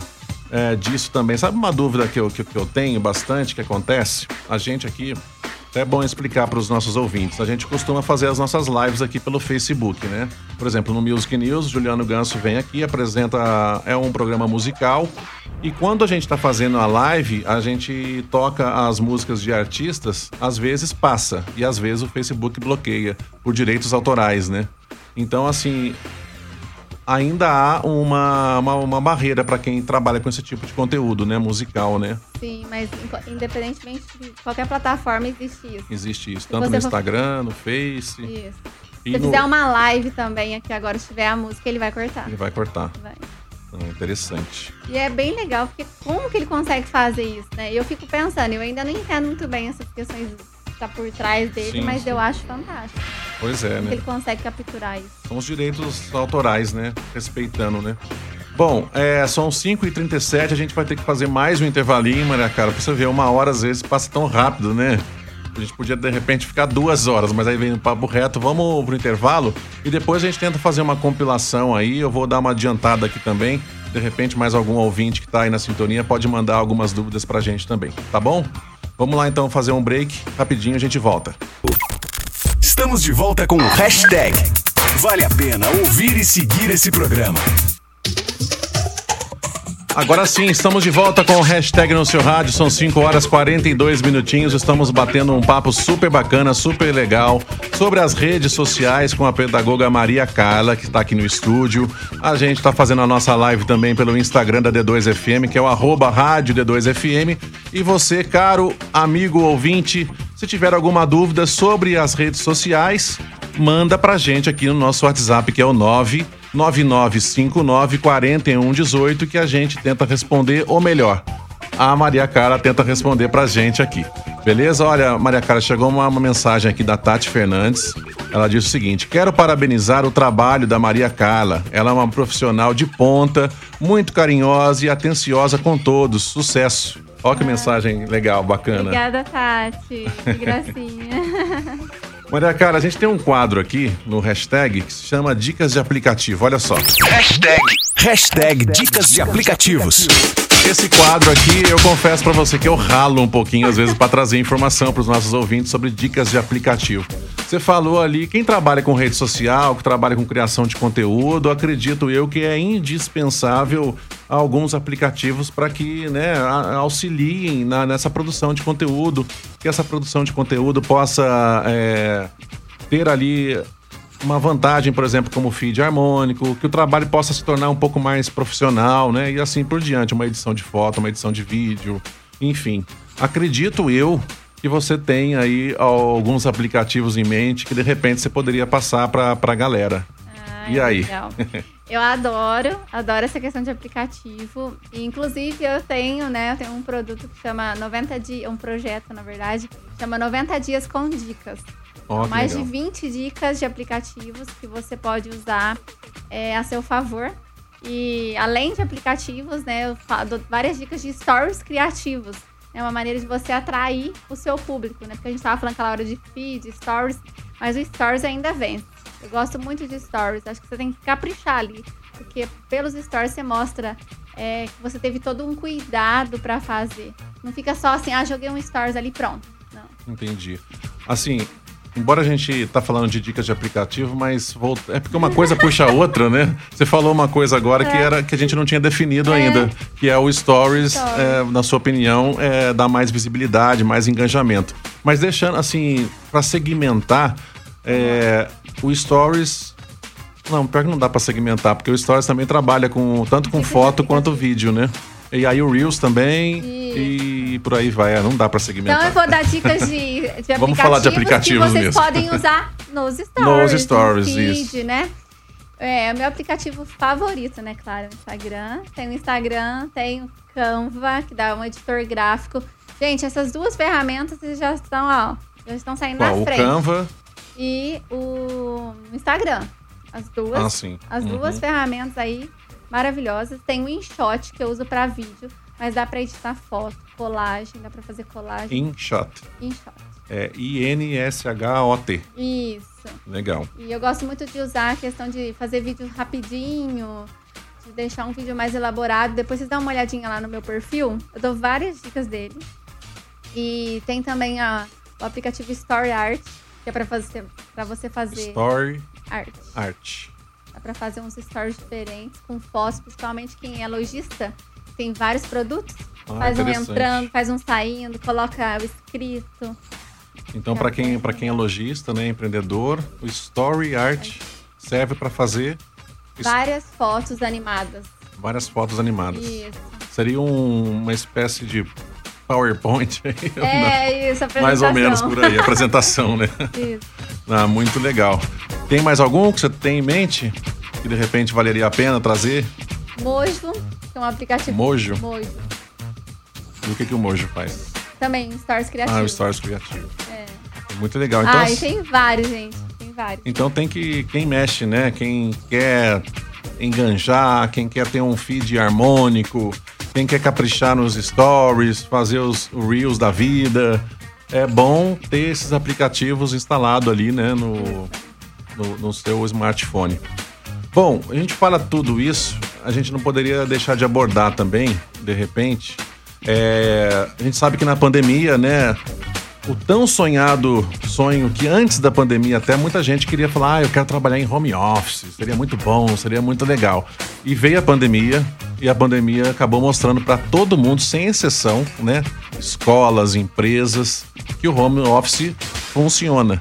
é, disso também. Sabe uma dúvida que eu, que, que eu tenho bastante, que acontece? A gente aqui, é bom explicar para os nossos ouvintes, a gente costuma fazer as nossas lives aqui pelo Facebook, né? Por exemplo, no Music News, Juliano Ganso vem aqui, apresenta, é um programa musical, e quando a gente está fazendo a live, a gente toca as músicas de artistas, às vezes passa, e às vezes o Facebook bloqueia por direitos autorais, né? Então, assim, ainda há uma, uma, uma barreira para quem trabalha com esse tipo de conteúdo, né? Musical, né? Sim, mas independentemente de qualquer plataforma, existe isso. Existe isso, tanto no Instagram, for... no Face. Isso. E Se no... fizer uma live também aqui agora, se tiver a música, ele vai cortar. Ele vai cortar. Vai. Então, interessante. E é bem legal, porque como que ele consegue fazer isso, né? Eu fico pensando, eu ainda não entendo muito bem essas questões que tá por trás dele, sim, mas sim, eu acho fantástico. Pois é, como né? Ele consegue capturar isso. São os direitos autorais, né? Respeitando, né? Bom, é, são cinco e trinta e sete, a gente vai ter que fazer mais um intervalinho, Maria Cara. Pra você ver, uma hora às vezes passa tão rápido, né? A gente podia, de repente, ficar duas horas, mas aí vem o papo reto. Vamos pro intervalo e depois a gente tenta fazer uma compilação aí. Eu vou dar uma adiantada aqui também. De repente, mais algum ouvinte que tá aí na sintonia pode mandar algumas dúvidas pra gente também, tá bom? Vamos lá, então, fazer um break. Rapidinho, a gente volta. Estamos de volta com o Hashtag. Vale a pena ouvir e seguir esse programa. Agora sim, estamos de volta com o Hashtag no seu rádio. São cinco horas e quarenta e dois minutinhos. Estamos batendo um papo super bacana, super legal sobre as redes sociais com a pedagoga Maria Carla, que está aqui no estúdio. A gente está fazendo a nossa live também pelo Instagram da D dois F M, que é o arroba rádio D dois F M. E você, caro amigo ouvinte, se tiver alguma dúvida sobre as redes sociais, manda pra gente aqui no nosso WhatsApp, que é o nove nove nove cinco nove quatro um um oito, que a gente tenta responder, ou melhor, a Maria Cara tenta responder pra gente aqui. Beleza? Olha, Maria Cara, chegou uma, uma mensagem aqui da Tati Fernandes. Ela diz o seguinte: quero parabenizar o trabalho da Maria Carla. Ela é uma profissional de ponta, muito carinhosa e atenciosa com todos. Sucesso. Olha que ah, mensagem legal, bacana. Obrigada, Tati. Que gracinha. Maria Cara, a gente tem um quadro aqui no Hashtag que se chama Dicas de Aplicativo. Olha só. Hashtag, hashtag Dicas de Aplicativos. Esse quadro aqui, eu confesso pra você que eu ralo um pouquinho, às vezes, pra trazer informação pros nossos ouvintes sobre dicas de aplicativo. Você falou ali, quem trabalha com rede social, que trabalha com criação de conteúdo, acredito eu que é indispensável alguns aplicativos para que, né, auxiliem na, nessa produção de conteúdo, que essa produção de conteúdo possa é, ter ali uma vantagem, por exemplo, como feed harmônico, que o trabalho possa se tornar um pouco mais profissional, né? E assim por diante, uma edição de foto, uma edição de vídeo, enfim. Acredito eu que você tem aí alguns aplicativos em mente que de repente você poderia passar para a galera. Ah, e aí? Legal. Eu adoro, adoro essa questão de aplicativo. E, inclusive, eu tenho, né, eu tenho um produto que chama noventa dias, um projeto, na verdade, chama noventa dias com dicas. Oh, mais legal. de vinte dicas de aplicativos que você pode usar é, a seu favor. E além de aplicativos, né, eu dou várias dicas de stories criativos. É uma maneira de você atrair o seu público, né? Porque a gente tava falando aquela hora de feed, stories, mas o stories ainda vence. Eu gosto muito de stories, acho que você tem que caprichar ali, porque pelos stories você mostra é, que você teve todo um cuidado pra fazer. Não fica só assim, ah, joguei um stories ali, pronto. Não. Entendi. Assim, embora a gente tá falando de dicas de aplicativo, mas volta... é porque uma coisa puxa a outra, né? Você falou uma coisa agora é. que, era, que a gente não tinha definido é. ainda, que é o Stories, Stories. É, na sua opinião, é, dá mais visibilidade, mais engajamento. Mas deixando, assim, para segmentar, é, o Stories... Não, pior que não dá para segmentar, porque o Stories também trabalha com tanto com foto quanto vídeo, né? E aí o Reels também e, e por aí vai, não dá pra segmentar. Então eu vou dar dicas de, de aplicativos, Vamos falar de aplicativos que vocês mesmo. podem usar nos stories. Nos stories, no feed, isso. Né? É o meu aplicativo favorito, né? Claro, o Instagram. Tem o Instagram, tem o Canva, que dá um editor gráfico. Gente, essas duas ferramentas já estão, ó, já estão saindo Qual? na frente. O Canva e o Instagram. As duas, ah, sim. as uhum. duas ferramentas aí maravilhosas. Tem o InShot, que eu uso pra vídeo, mas dá pra editar foto, colagem, dá pra fazer colagem. InShot. InShot. É I N S H O T. Isso. Legal. E eu gosto muito de usar a questão de fazer vídeo rapidinho, de deixar um vídeo mais elaborado. Depois vocês dão uma olhadinha lá no meu perfil. Eu dou várias dicas dele. E tem também a, o aplicativo Story Art, que é pra, fazer, pra você fazer... Story Art. Art. Dá pra fazer uns stories diferentes, com fotos, principalmente quem é lojista. Tem vários produtos. Ah, faz um entrando, faz um saindo, coloca o escrito. Então, para quem, para quem é lojista, né, empreendedor, o Story Art serve para fazer... várias fotos animadas. Várias fotos animadas. Isso. Seria um, uma espécie de PowerPoint aí? É, isso, apresentação. Mais ou menos por aí, apresentação, né? Isso. Ah, muito legal. Tem mais algum que você tem em mente que de repente valeria a pena trazer? Mojo, que é um aplicativo. Mojo? Mojo. E o que, que o Mojo faz? Também, Stories Criativo. Ah, o Stories Criativo. É. Muito legal. Então, ah, e tem vários, gente. Tem vários. Então tem que... Quem mexe, né? Quem quer enganjar, quem quer ter um feed harmônico, quem quer caprichar nos stories, fazer os reels da vida. É bom ter esses aplicativos instalados ali, né? No, no, no seu smartphone. Bom, a gente fala tudo isso, a gente não poderia deixar de abordar também, de repente. É, a gente sabe que na pandemia, né, o tão sonhado sonho que antes da pandemia até muita gente queria falar, ah, eu quero trabalhar em home office, seria muito bom, seria muito legal. E veio a pandemia e a pandemia acabou mostrando para todo mundo, sem exceção, né, escolas, empresas, que o home office funciona.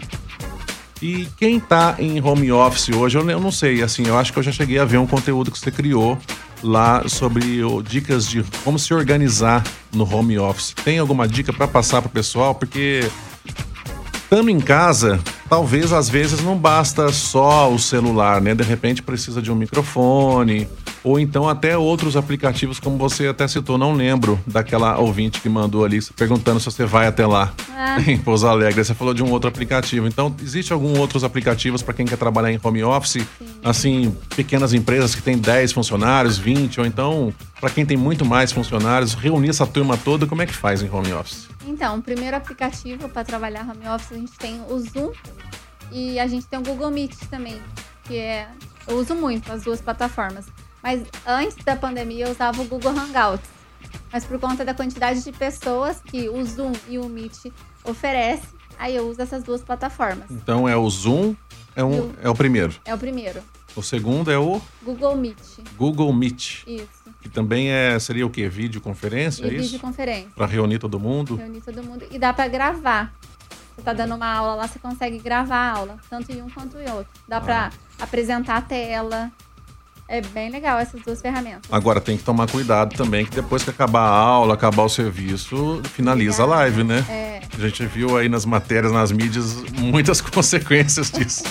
E quem tá em home office hoje, eu não sei, assim, eu acho que eu já cheguei a ver um conteúdo que você criou lá sobre oh, dicas de como se organizar no home office. Tem alguma dica para passar pro pessoal? Porque estando em casa, talvez às vezes não basta só o celular, né? De repente precisa de um microfone, ou então até outros aplicativos, como você até citou, não lembro daquela ouvinte que mandou ali, perguntando se você vai até lá, ah. em Pouso Alegre. Você falou de um outro aplicativo. Então, existe algum outros aplicativos para quem quer trabalhar em home office? Sim. Assim, pequenas empresas que têm dez funcionários, vinte, ou então, para quem tem muito mais funcionários, reunir essa turma toda, como é que faz em home office? Então, o primeiro aplicativo para trabalhar home office, a gente tem o Zoom e a gente tem o Google Meet também, que é... Eu uso muito as duas plataformas. Mas antes da pandemia eu usava o Google Hangouts. Mas por conta da quantidade de pessoas que o Zoom e o Meet oferecem, aí eu uso essas duas plataformas. Então é o Zoom, é, um, o, é o primeiro. É o primeiro. O segundo é o? Google Meet. Google Meet. Isso. Que também é, seria o quê? Videoconferência, e é isso? Videoconferência. Para reunir todo mundo? Reunir todo mundo. E dá para gravar. Você tá dando uma aula lá, você consegue gravar a aula. Tanto em um quanto em outro. Dá ah. para apresentar a tela. É bem legal essas duas ferramentas. Agora tem que tomar cuidado também, que depois que acabar a aula, acabar o serviço, finaliza a live, né? É. A gente viu aí nas matérias, nas mídias, muitas consequências disso.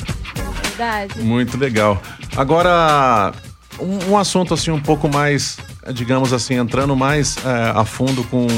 Verdade. Muito legal. Agora, um, um assunto assim um pouco mais, digamos assim, entrando mais é, a fundo com,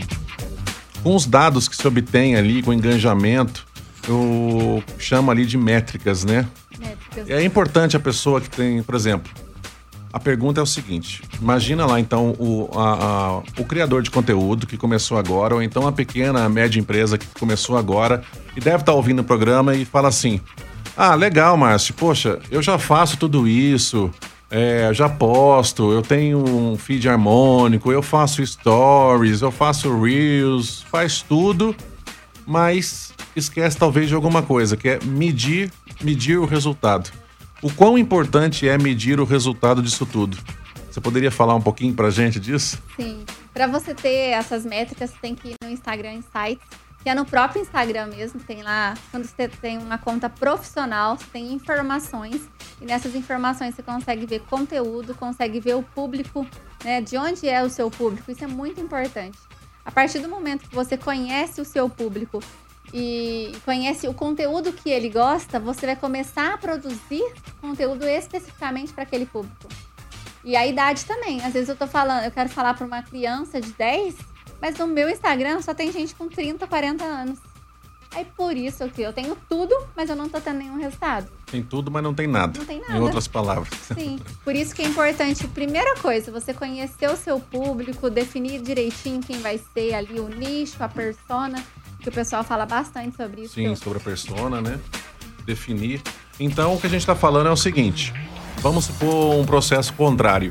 com os dados que se obtém ali, com o engajamento, eu chamo ali de métricas, né? É importante a pessoa que tem, por exemplo, a pergunta é o seguinte, imagina lá então o, a, a, o criador de conteúdo que começou agora, ou então a pequena, a média empresa que começou agora e deve estar ouvindo o programa e fala assim, ah, legal, Márcio, poxa, eu já faço tudo isso, é, já posto, eu tenho um feed harmônico, eu faço stories, eu faço reels, faz tudo, mas esquece talvez de alguma coisa, que é medir medir o resultado. O quão importante é medir o resultado disso tudo? Você poderia falar um pouquinho pra gente disso? Sim. Para você ter essas métricas, você tem que ir no Instagram Insights, que é no próprio Instagram mesmo. Tem lá, quando você tem uma conta profissional, você tem informações. E nessas informações você consegue ver conteúdo, consegue ver o público, né? De onde é o seu público. Isso é muito importante. A partir do momento que você conhece o seu público e conhece o conteúdo que ele gosta, você vai começar a produzir conteúdo especificamente para aquele público. E a idade também. Às vezes eu tô falando, eu quero falar para uma criança de dez, mas no meu Instagram só tem gente com trinta, quarenta anos. Aí por isso que eu tenho tudo, mas eu não tô tendo nenhum resultado. Tem tudo, mas não tem nada. Não tem nada. Em outras palavras. Sim. Por isso que é importante, primeira coisa, você conhecer o seu público, definir direitinho quem vai ser ali, o nicho, a persona, que o pessoal fala bastante sobre isso. Sim, sobre a persona, né? Definir. Então, o que a gente tá falando é o seguinte. vamos supor um processo contrário.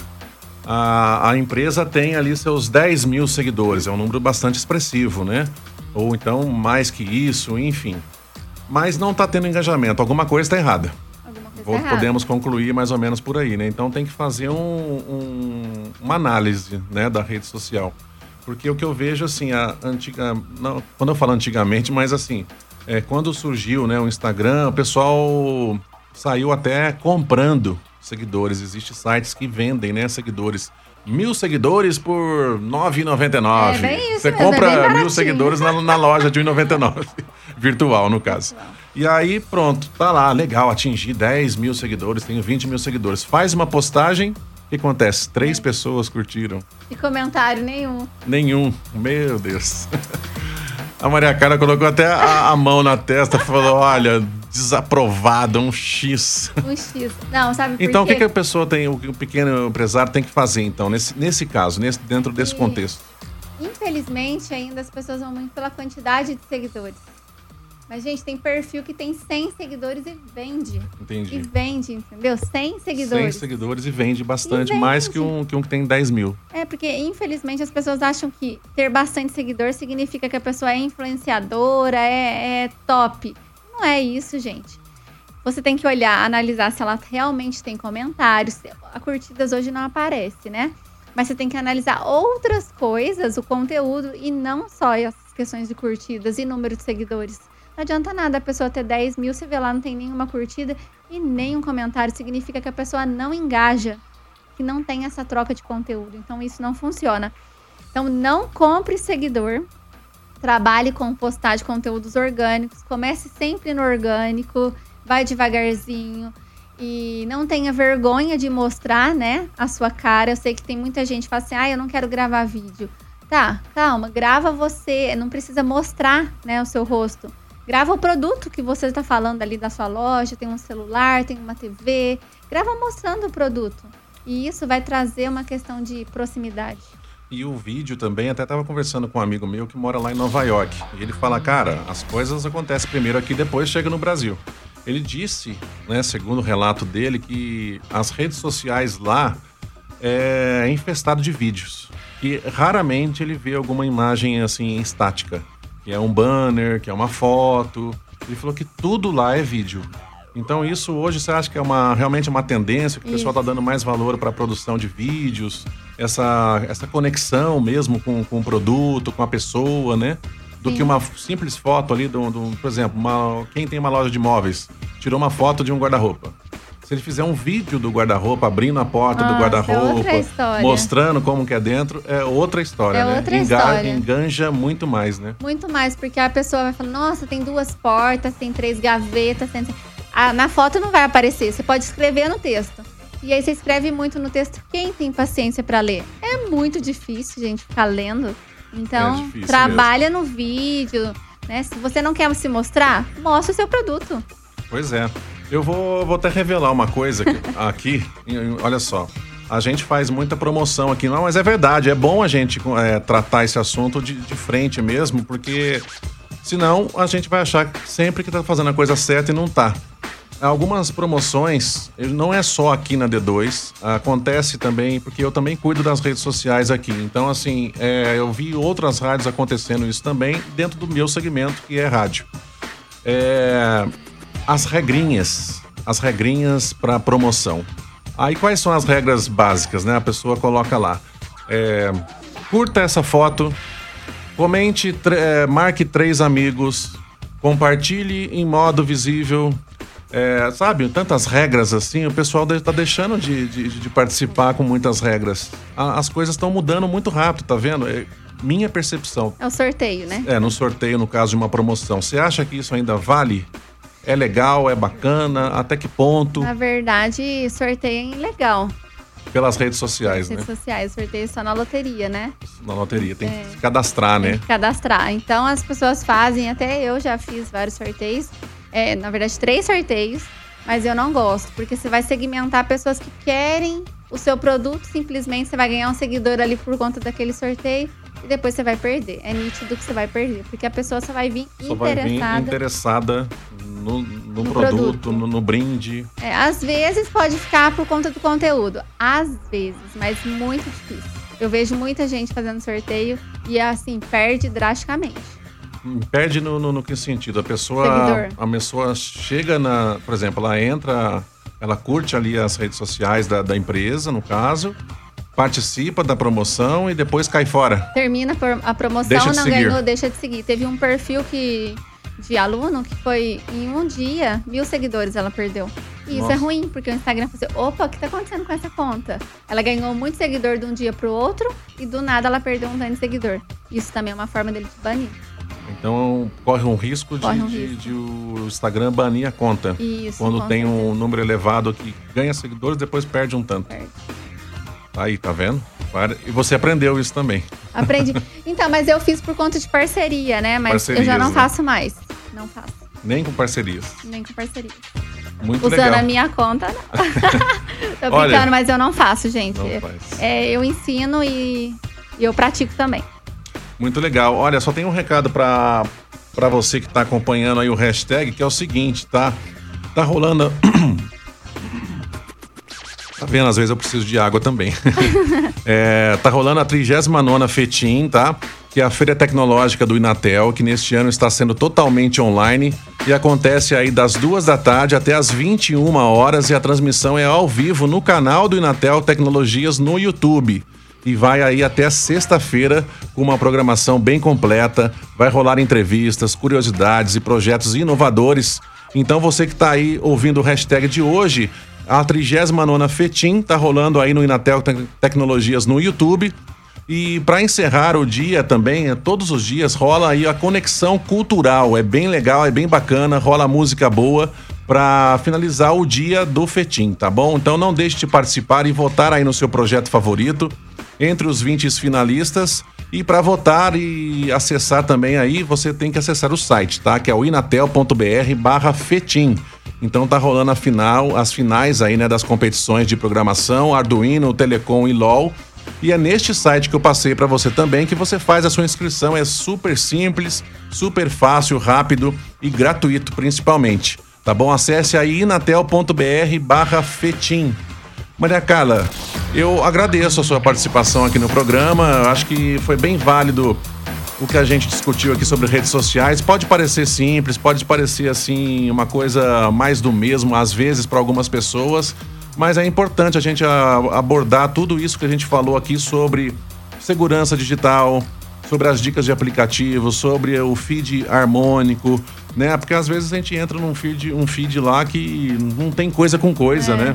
A, a empresa tem ali seus dez mil seguidores, é um número bastante expressivo, né? Ou então mais que isso, enfim. Mas não está tendo engajamento, alguma coisa está errada. Alguma coisa Vou, tá errada. Podemos concluir mais ou menos por aí, né? Então tem que fazer um, um, uma análise, né, da rede social. Porque o que eu vejo, assim, a antiga, não, quando eu falo antigamente, mas assim, é, quando surgiu, né, o Instagram, o pessoal saiu até comprando seguidores. Existem sites que vendem, né, seguidores. Mil seguidores por nove reais e noventa e nove centavos. É bem isso Você mesmo, compra é bem mil baratinho. seguidores na, na loja de um real e noventa e nove centavos. Virtual, no caso. E aí, pronto, tá lá, legal, atingi dez mil seguidores, tenho vinte mil seguidores. Faz uma postagem, o que acontece? Três É. pessoas curtiram. E comentário nenhum. Nenhum. Meu Deus. A Maria Carla colocou até a, a mão na testa e falou, olha, desaprovado, um X. Um X. Não, sabe por Então, o quê? que, que a pessoa tem, o que o pequeno empresário tem que fazer, então, nesse, nesse caso, nesse, dentro desse E- contexto? Infelizmente, ainda as pessoas vão muito pela quantidade de seguidores. Mas, gente, tem perfil que tem cem seguidores e vende. E Entendi. vende, entendeu? cem cem seguidores. seguidores e vende bastante, E vende. mais que um, que um que tem dez mil. É, porque, infelizmente, as pessoas acham que ter bastante seguidor significa que a pessoa é influenciadora, é, é top. Não é isso, gente. Você tem que olhar, analisar se ela realmente tem comentários. A curtidas hoje não aparece, né? Mas você tem que analisar outras coisas, o conteúdo, e não só essas questões de curtidas e número de seguidores. Não adianta nada a pessoa ter dez mil, você vê lá, não tem nenhuma curtida e nenhum comentário. Significa que a pessoa não engaja, que não tem essa troca de conteúdo. Então, isso não funciona. Então, não compre seguidor. Trabalhe com postar de conteúdos orgânicos. Comece sempre no orgânico. Vai devagarzinho. E não tenha vergonha de mostrar, né, a sua cara. Eu sei que tem muita gente que fala assim, ah, eu não quero gravar vídeo. Tá, calma, grava você. Não precisa mostrar, né, o seu rosto. Grava o produto que você está falando ali da sua loja. Tem um celular, tem uma T V. Grava mostrando o produto. E isso vai trazer uma questão de proximidade. E o vídeo também, até estava conversando com um amigo meu que mora lá em Nova York. E ele fala, cara, as coisas acontecem primeiro aqui, depois chega no Brasil. Ele disse, né, segundo o relato dele, que as redes sociais lá é infestado de vídeos. E raramente ele vê alguma imagem assim estática. Que é um banner, que é uma foto. Ele falou que tudo lá é vídeo. Então isso hoje você acha que é uma, realmente uma tendência, que o pessoal está dando mais valor para a produção de vídeos, essa, essa conexão mesmo com, com o produto, com a pessoa, né? Do Sim. que uma simples foto ali, do, do, por exemplo, uma, quem tem uma loja de móveis, tirou uma foto de um guarda-roupa. Se ele fizer um vídeo do guarda-roupa, abrindo a porta Nossa, do guarda-roupa, outra história. mostrando como que é dentro, é outra história, É né? outra Enga- história. Enganja muito mais, né? Muito mais, porque a pessoa vai falar, nossa, tem duas portas, tem três gavetas, tem... Ah, na foto não vai aparecer, você pode escrever no texto. E aí você escreve muito no texto, quem tem paciência para ler? É muito difícil, gente, ficar lendo. Então, É difícil trabalha no vídeo, né? Se você não quer se mostrar, mostra o seu produto. Pois é. Eu vou, vou até revelar uma coisa aqui. aqui. Olha só. A gente faz muita promoção aqui. Não, mas é verdade. É bom a gente é, tratar esse assunto de, de frente mesmo, porque senão a gente vai achar sempre que tá fazendo a coisa certa e não tá. Algumas promoções, não é só aqui na D dois, acontece também, porque eu também cuido das redes sociais aqui. Então, assim, é, eu vi outras rádios acontecendo isso também dentro do meu segmento, que é rádio. É, as regrinhas, as regrinhas para promoção. Aí, quais são as regras básicas, né? A pessoa coloca lá. É, curta essa foto, comente, é, marque três amigos, compartilhe em modo visível. É, sabe, tantas regras assim, o pessoal tá deixando de, de, de participar com muitas regras. A, as coisas estão mudando muito rápido, tá vendo? É, minha percepção. É o sorteio, né? É, no sorteio, no caso de uma promoção. Você acha que isso ainda vale? É legal, é bacana? Até que ponto? Na verdade, sorteio é ilegal. Pelas redes sociais, Redes né? sociais, sorteio só na loteria, né? Na loteria, tem É. que cadastrar, Tem né? que cadastrar. Então, as pessoas fazem, até eu já fiz vários sorteios. É, na verdade, três sorteios, mas eu não gosto, porque você vai segmentar pessoas que querem o seu produto, simplesmente você vai ganhar um seguidor ali por conta daquele sorteio e depois você vai perder. É nítido que você vai perder, porque a pessoa só vai vir Só vai vir interessada. interessada no, no, no produto, produto. No, no brinde. É, às vezes pode ficar por conta do conteúdo. Às vezes, mas muito difícil. Eu vejo muita gente fazendo sorteio e, assim, perde drasticamente. Perde no, no, no que sentido? A pessoa, Seguidor. a pessoa chega na... Por exemplo, ela entra, ela curte ali as redes sociais da, da empresa, no caso, participa da promoção e depois cai fora. Termina a promoção, Deixa de não seguir. ganhou, deixa de seguir. Teve um perfil que, de aluno que foi, em um dia, mil seguidores ela perdeu. E isso Nossa. é ruim, porque o Instagram falou assim, opa, o que tá acontecendo com essa conta? Ela ganhou muito seguidor de um dia pro outro e do nada ela perdeu um tanto de seguidor. Isso também é uma forma dele te banir. Então, corre um risco, de, Corre um de, risco. de o Instagram banir a conta. Isso, Quando com tem um certeza. número elevado que ganha seguidores, depois perde um tanto. Perde. Aí, tá vendo? Para- E você aprendeu isso também. Aprendi. Então, mas eu fiz por conta de parceria, né? Mas Parcerias, eu já não né? faço mais. Não faço. Nem com parcerias. Nem com parceria. Muito Usando legal. a minha conta, não. Tô Olha, brincando, mas eu não faço, gente. Não faz. É, eu ensino e, e eu pratico também. Muito legal. Olha, só tem um recado pra, pra você que tá acompanhando aí o hashtag, que é o seguinte, tá? Tá rolando... Tá vendo? Às vezes eu preciso de água também. É, tá rolando a trigésima nona FETIM, tá? Que é a Feira Tecnológica do Inatel, que neste ano está sendo totalmente online e acontece aí das duas da tarde até as vinte e uma horas e a transmissão é ao vivo no canal do Inatel Tecnologias no YouTube. E vai aí até sexta-feira com uma programação bem completa. Vai rolar entrevistas, curiosidades e projetos inovadores. Então você que está aí ouvindo o hashtag de hoje, a trigésima nona FETIM tá rolando aí no Inatel Tec- Tecnologias no YouTube. E para encerrar o dia também, todos os dias rola aí a conexão cultural. É bem legal, é bem bacana, rola música boa para finalizar o dia do FETIM, tá bom? Então não deixe de participar e votar aí no seu projeto favorito entre os vinte finalistas. E para votar e acessar também aí, você tem que acessar o site, tá? Que é o inatel.br barra FETIM. Então tá rolando a final, as finais aí, né, das competições de programação, Arduino, Telecom e LOL. E é neste site que eu passei para você também que você faz a sua inscrição. É super simples, super fácil, rápido e gratuito principalmente. Tá bom? Acesse aí inatel.br barra FETIM. Maria Carla, eu agradeço a sua participação aqui no programa. Eu acho que foi bem válido o que a gente discutiu aqui sobre redes sociais. Pode parecer simples, pode parecer assim uma coisa mais do mesmo às vezes para algumas pessoas, mas é importante a gente a, abordar tudo isso que a gente falou aqui sobre segurança digital, sobre as dicas de aplicativo, sobre o feed harmônico, né? Porque às vezes a gente entra num feed, um feed lá que não tem coisa com coisa, É. né?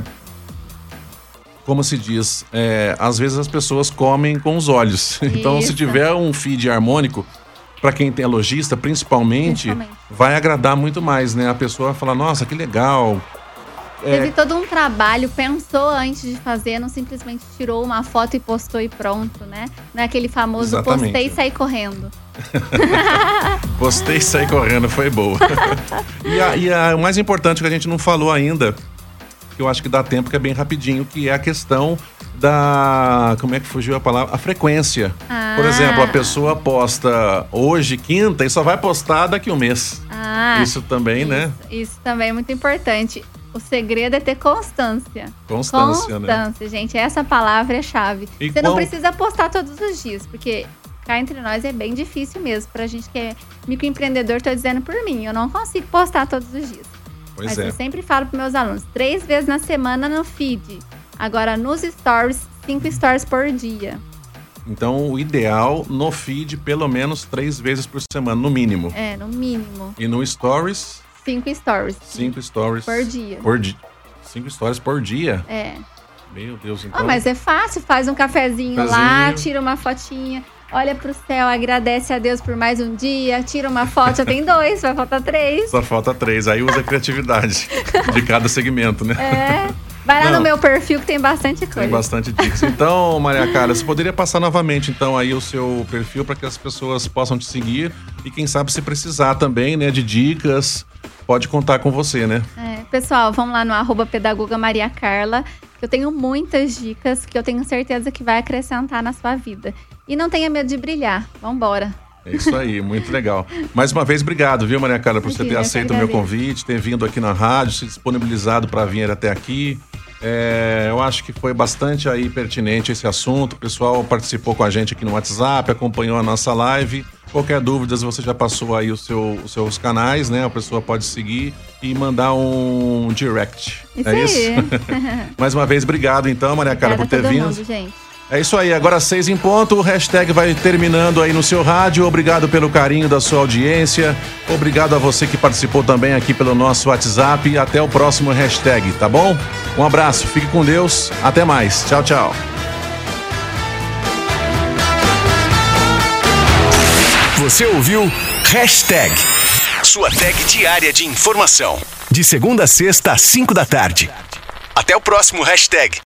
Como se diz, é, às vezes as pessoas comem com os olhos. Então, se Isso. tiver um feed harmônico, para quem tem lojista, principalmente, Principalmente. vai agradar muito mais, né? A pessoa vai falar, nossa, que legal. Teve todo um trabalho, pensou antes de fazer, não simplesmente tirou uma foto e postou e pronto, né? Não é aquele famoso Exatamente. postei e saí correndo. Postei e saí correndo, foi boa. e a, e a- o mais importante que a gente não falou ainda, que eu acho que dá tempo, que é bem rapidinho, que é a questão da... Como é que fugiu a palavra? A frequência. Ah. Por exemplo, a pessoa posta hoje, quinta, e só vai postar daqui a um mês. Ah, Isso também, né? Isso também é muito importante. O segredo é ter constância. Constância, né? Constância, gente. Essa palavra é chave. E Você não qual- precisa postar todos os dias, porque cá entre nós é bem difícil mesmo. Pra gente que é microempreendedor, tô dizendo por mim. Eu não consigo postar todos os dias. Pois Mas é. eu sempre falo para meus alunos, três vezes na semana no feed. Agora, nos stories, cinco stories por dia. Então, o ideal no feed, pelo menos três vezes por semana, no mínimo. É, no mínimo. E no stories, Cinco stories. cinco stories. Por dia. Por dia. Cinco stories por dia? É. Meu Deus, então... Ah, mas é fácil, faz um cafezinho, Cafezinho. lá, tira uma fotinha, olha pro céu, agradece a Deus por mais um dia, tira uma foto, já tem dois, vai faltar três. Só falta três. Aí usa a criatividade de cada segmento, né? É. Vai lá Não. no meu perfil que tem bastante coisa. Tem bastante dicas. Então, Maria Carla, você poderia passar novamente então aí o seu perfil para que as pessoas possam te seguir e quem sabe se precisar também, né, de dicas, pode contar com você, né? É, pessoal, vamos lá no arroba pedagoga Maria Carla, que eu tenho muitas dicas que eu tenho certeza que vai acrescentar na sua vida. E não tenha medo de brilhar. Vambora. É isso aí, muito legal. Mais uma vez, obrigado, viu, Maria Carla, por Imagina, você ter aceito o meu convite, ter vindo aqui na rádio, se disponibilizado para vir até aqui. É, eu acho que foi bastante aí pertinente esse assunto. O pessoal participou com a gente aqui no WhatsApp, acompanhou a nossa live. Qualquer dúvida, você já passou aí o seu, os seus canais, né? A pessoa pode seguir e mandar um direct. Isso é aí. isso? Mais uma vez, obrigado então, Maria Carla, por ter todo vindo. Mundo, gente. É isso aí, agora seis em ponto, o hashtag vai terminando aí no seu rádio. Obrigado pelo carinho da sua audiência. Obrigado a você que participou também aqui pelo nosso WhatsApp. E até o próximo hashtag, tá bom? Um abraço, fique com Deus, até mais. Tchau, tchau. Você ouviu Hashtag, sua tag diária de informação. De segunda a sexta às cinco da tarde. Até o próximo hashtag.